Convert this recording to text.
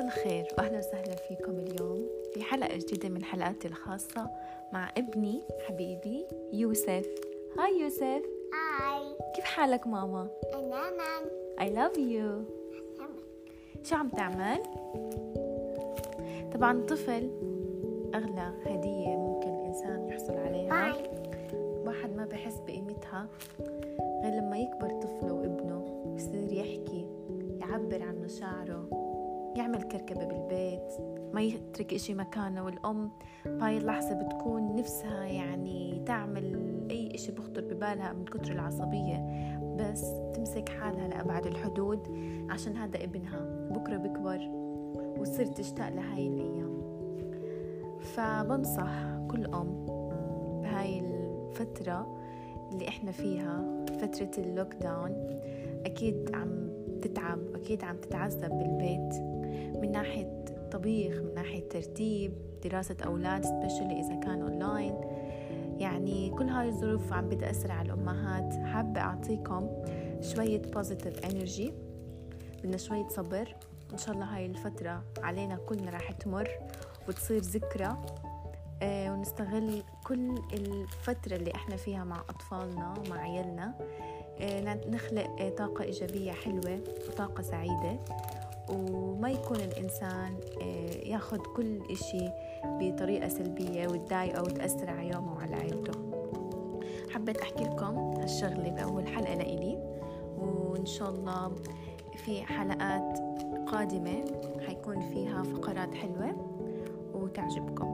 الخير وأهلا وسهلا فيكم اليوم في حلقة جديدة من حلقاتي الخاصة مع ابني حبيبي يوسف. هاي يوسف. هاي. كيف حالك ماما؟ أنا مان. I love you. شو عم تعمل؟ طبعا طفل أغلى هدية ممكن الإنسان يحصل عليها. واحد ما بحس بقيمتها غير لما يكبر طفله وابنه يصير يحكي، يعبر عن مشاعره، يعمل كركبة بالبيت، ما يترك إشي مكانه. والأم بهاي اللحظة بتكون نفسها يعني تعمل أي إشي بخطر ببالها من كتر العصبية، بس تمسك حالها لأبعد الحدود عشان هذا ابنها بكرة بكبر وتصير تشتاق لهاي الأيام. فبنصح كل أم بهاي الفترة اللي إحنا فيها، فترة اللوك داون، أكيد عم تتعب، أكيد عم تتعذب بالبيت من ناحية طبيخ، من ناحية ترتيب، دراسة أولاد سبيشالي إذا كان أونلاين. يعني كل هاي الظروف عم بتأثر على الأمهات. حابة أعطيكم شوية positive energy، بدنا شوية صبر. إن شاء الله هاي الفترة علينا كلنا راح تمر وتصير ذكرى، ونستغل كل الفترة اللي احنا فيها مع أطفالنا ومع عيالنا، نخلق طاقة إيجابية حلوة وطاقة سعيدة، وما يكون الإنسان ياخد كل إشي بطريقة سلبية وتضايقه وتأثر على يومه وعلى عيلته. حبيت أحكي لكم هالشغلة بأول حلقة لإلي، وإن شاء الله في حلقات قادمة حيكون فيها فقرات حلوة وتعجبكم.